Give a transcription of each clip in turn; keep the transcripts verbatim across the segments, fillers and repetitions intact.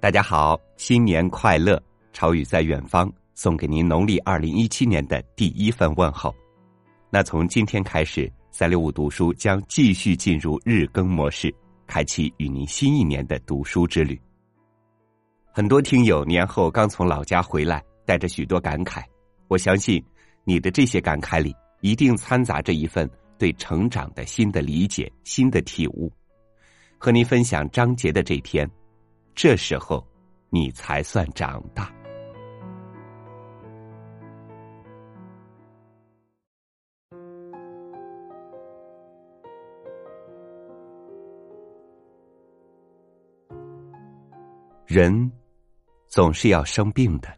大家好，新年快乐！超宇在远方送给您农历二零一七年的第一份问候。那从今天开始，三六五读书将继续进入日更模式，开启与您新一年的读书之旅。很多听友年后刚从老家回来，带着许多感慨，我相信你的这些感慨里一定掺杂着一份对成长的新的理解、新的体悟。和您分享章节的这天，这时候你才算长大。人总是要生病的。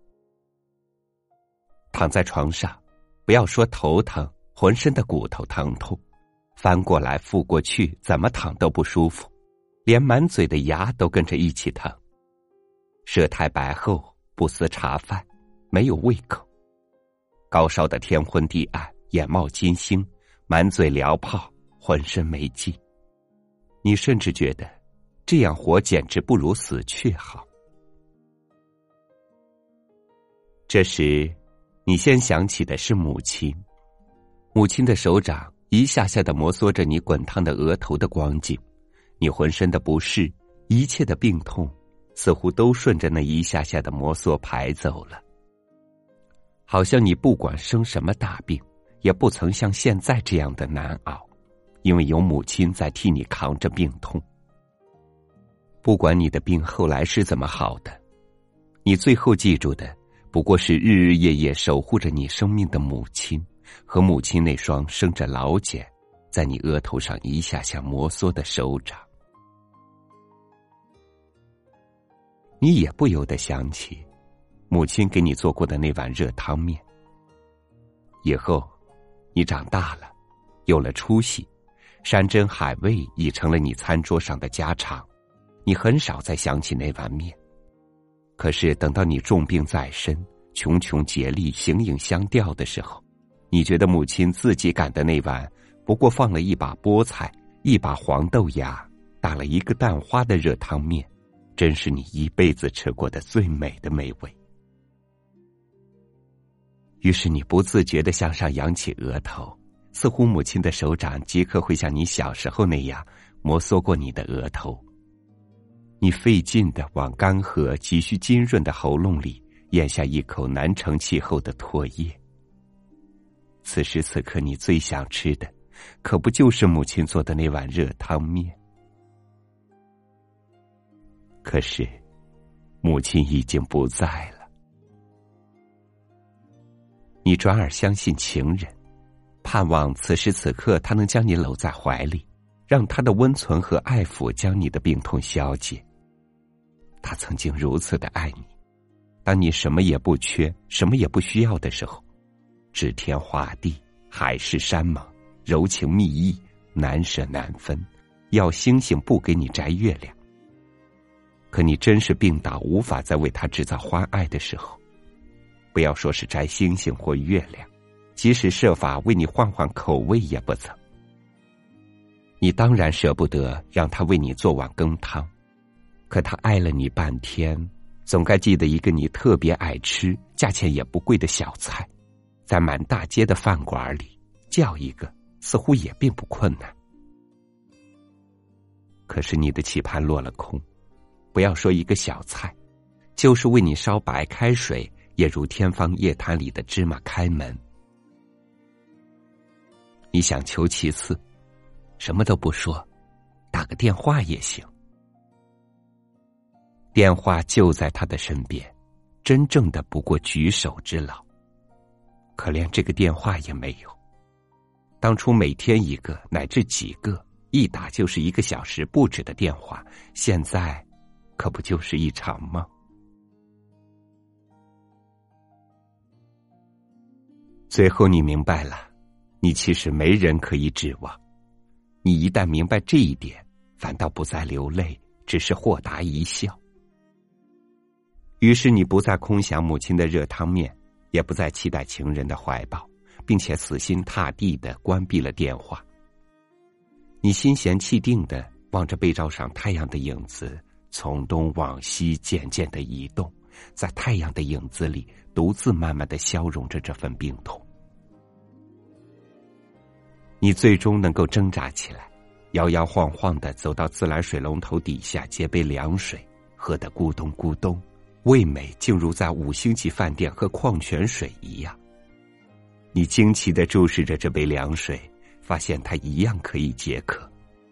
躺在床上，不要说头疼，浑身的骨头疼痛，翻过来覆过去，怎么躺都不舒服，连满嘴的牙都跟着一起疼。舌苔白厚，不思茶饭，没有胃口，高烧的天昏地暗，眼冒金星，满嘴燎泡，浑身没劲。你甚至觉得这样活简直不如死去好。这时你先想起的是母亲，母亲的手掌一下下地摩挲着你滚烫的额头的光景，你浑身的不适，一切的病痛似乎都顺着那一下下的摩挲排走了。好像你不管生什么大病，也不曾像现在这样的难熬，因为有母亲在替你扛着病痛。不管你的病后来是怎么好的，你最后记住的不过是日日夜夜守护着你生命的母亲，和母亲那双生着老茧在你额头上一下下摩挲的手掌。你也不由得想起母亲给你做过的那碗热汤面。以后你长大了，有了出息，山珍海味已成了你餐桌上的家常，你很少再想起那碗面。可是等到你重病在身，穷穷竭力，形影相吊的时候，你觉得母亲自己擀的那碗不过放了一把菠菜，一把黄豆芽，打了一个蛋花的热汤面，真是你一辈子吃过的最美的美味。于是你不自觉地向上扬起额头，似乎母亲的手掌即刻会像你小时候那样摩挲过你的额头。你费劲地往干涸急需浸润的喉咙里咽下一口难成气候的唾液。此时此刻你最想吃的可不就是母亲做的那碗热汤面。可是母亲已经不在了。你转而相信情人，盼望此时此刻他能将你搂在怀里，让他的温存和爱抚将你的病痛消解。他曾经如此的爱你，当你什么也不缺，什么也不需要的时候，指天画地，海誓山盟，柔情蜜意，难舍难分，要星星不给你摘月亮。可你真是病倒无法再为他制造欢爱的时候，不要说是摘星星或月亮，即使设法为你换换口味也不曾。你当然舍不得让他为你做碗羹汤，可他爱了你半天，总该记得一个你特别爱吃、价钱也不贵的小菜，在满大街的饭馆里叫一个，似乎也并不困难。可是你的期盼落了空，不要说一个小菜，就是为你烧白开水，也如天方夜谭里的芝麻开门。你想求其次，什么都不说，打个电话也行。电话就在他的身边，真正的不过举手之劳，可连这个电话也没有。当初每天一个乃至几个，一打就是一个小时不止的电话，现在可不就是一场梦。最后你明白了，你其实没人可以指望。你一旦明白这一点，反倒不再流泪，只是豁达一笑。于是你不再空想母亲的热汤面，也不再期待情人的怀抱，并且死心塌地地关闭了电话。你心闲气定地望着被罩上太阳的影子， 从东往西渐渐的移动，在太阳的影子里独自慢慢的消融着这份病痛。你最终能够挣扎起来，摇摇晃晃的走到自来水龙头底下接杯凉水，喝得咕咚咕咚，味美竟如在五星级饭店喝矿泉水一样。你惊奇地注视着这杯凉水，发现它一样可以解渴。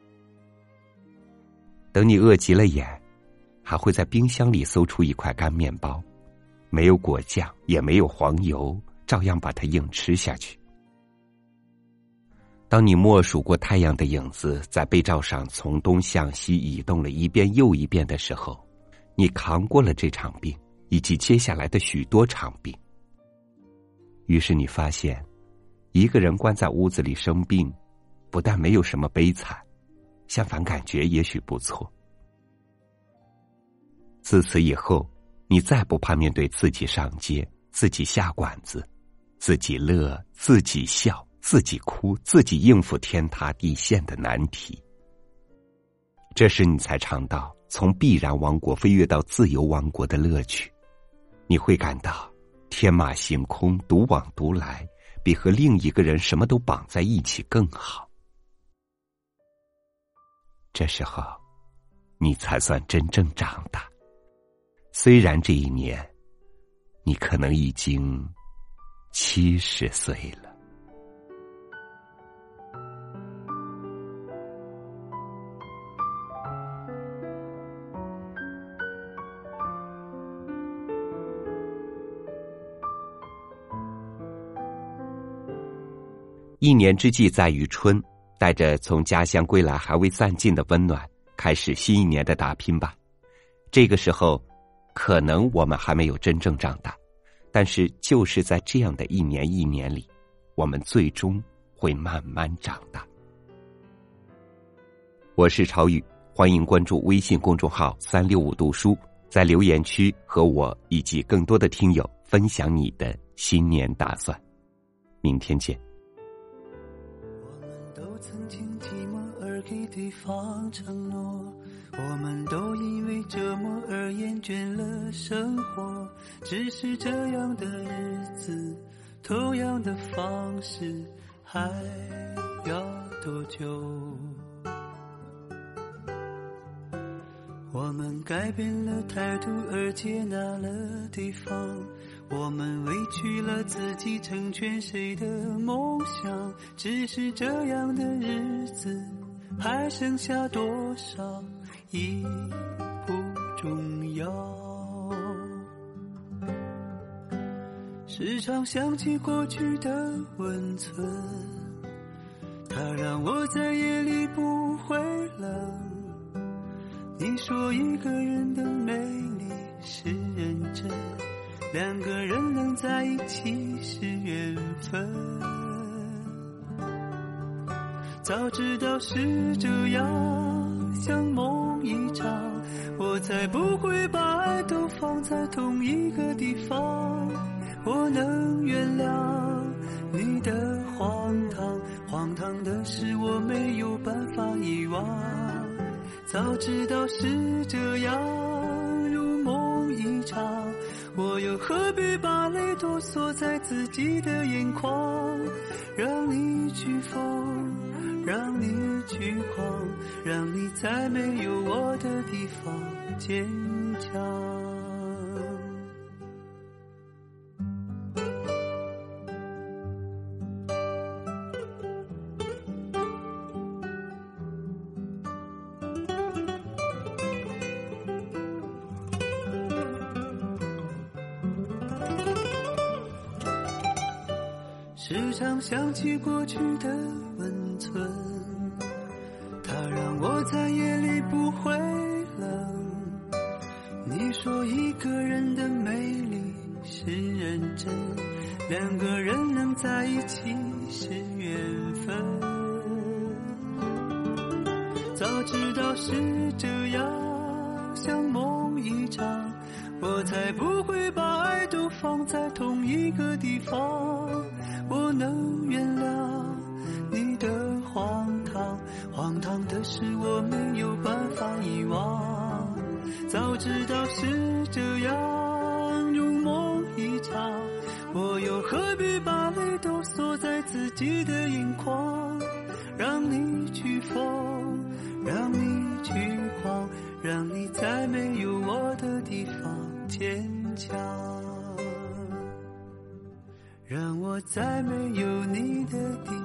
等你饿极了眼，还会在冰箱里搜出一块干面包，没有果酱，也没有黄油，照样把它硬吃下去。当你默数过太阳的影子在被罩上从东向西移动了一遍又一遍的时候，你扛过了这场病，以及接下来的许多场病。于是你发现，一个人关在屋子里生病，不但没有什么悲惨，相反感觉也许不错。自此以后，你再不怕面对自己上街，自己下馆子，自己乐，自己笑，自己哭，自己应付天塌地陷的难题。这时你才尝到从必然王国飞跃到自由王国的乐趣，你会感到天马行空，独往独来，比和另一个人什么都绑在一起更好。这时候你才算真正长大，虽然这一年你可能已经七十岁了。一年之计在于春，带着从家乡归来还未散尽的温暖，开始新一年的打拼吧。这个时候，可能我们还没有真正长大，但是就是在这样的一年一年里，我们最终会慢慢长大。我是超宇，欢迎关注微信公众号三六五读书，在留言区和我以及更多的听友分享你的新年打算。明天见。 曾经寂寞而给对方承诺，我们都因为折磨而厌倦了生活，只是这样的日子，同样的方式，还要多久？我们改变了态度而接纳了对方，我们委屈了自己成全谁的梦想，只是这样的日子还剩下多少已不重要。时常想起过去的温存，它让我在夜里不会冷。你说一个人的美丽是认真，两个人能在一起是缘分。早知道是这样，像梦一场，我才不会把爱都放在同一个地方。我能原谅你的荒唐，荒唐的是我没有办法遗忘。早知道是这样，如梦一场，我又何必把泪都锁在自己的眼眶？让你去疯，让你去狂，让你在没有我的地方坚强。时常想起过去的温存，它让我在夜里不会冷。你说一个人的美丽是认真，两个人能在一起是缘分。早知道是这样，像梦一场，我才不会把爱都放在同一个地方。我能原谅你的荒唐，荒唐的是我没有办法遗忘。 让你去疯，让你去狂，让你在没有我的地方坚强，让我在没有你的地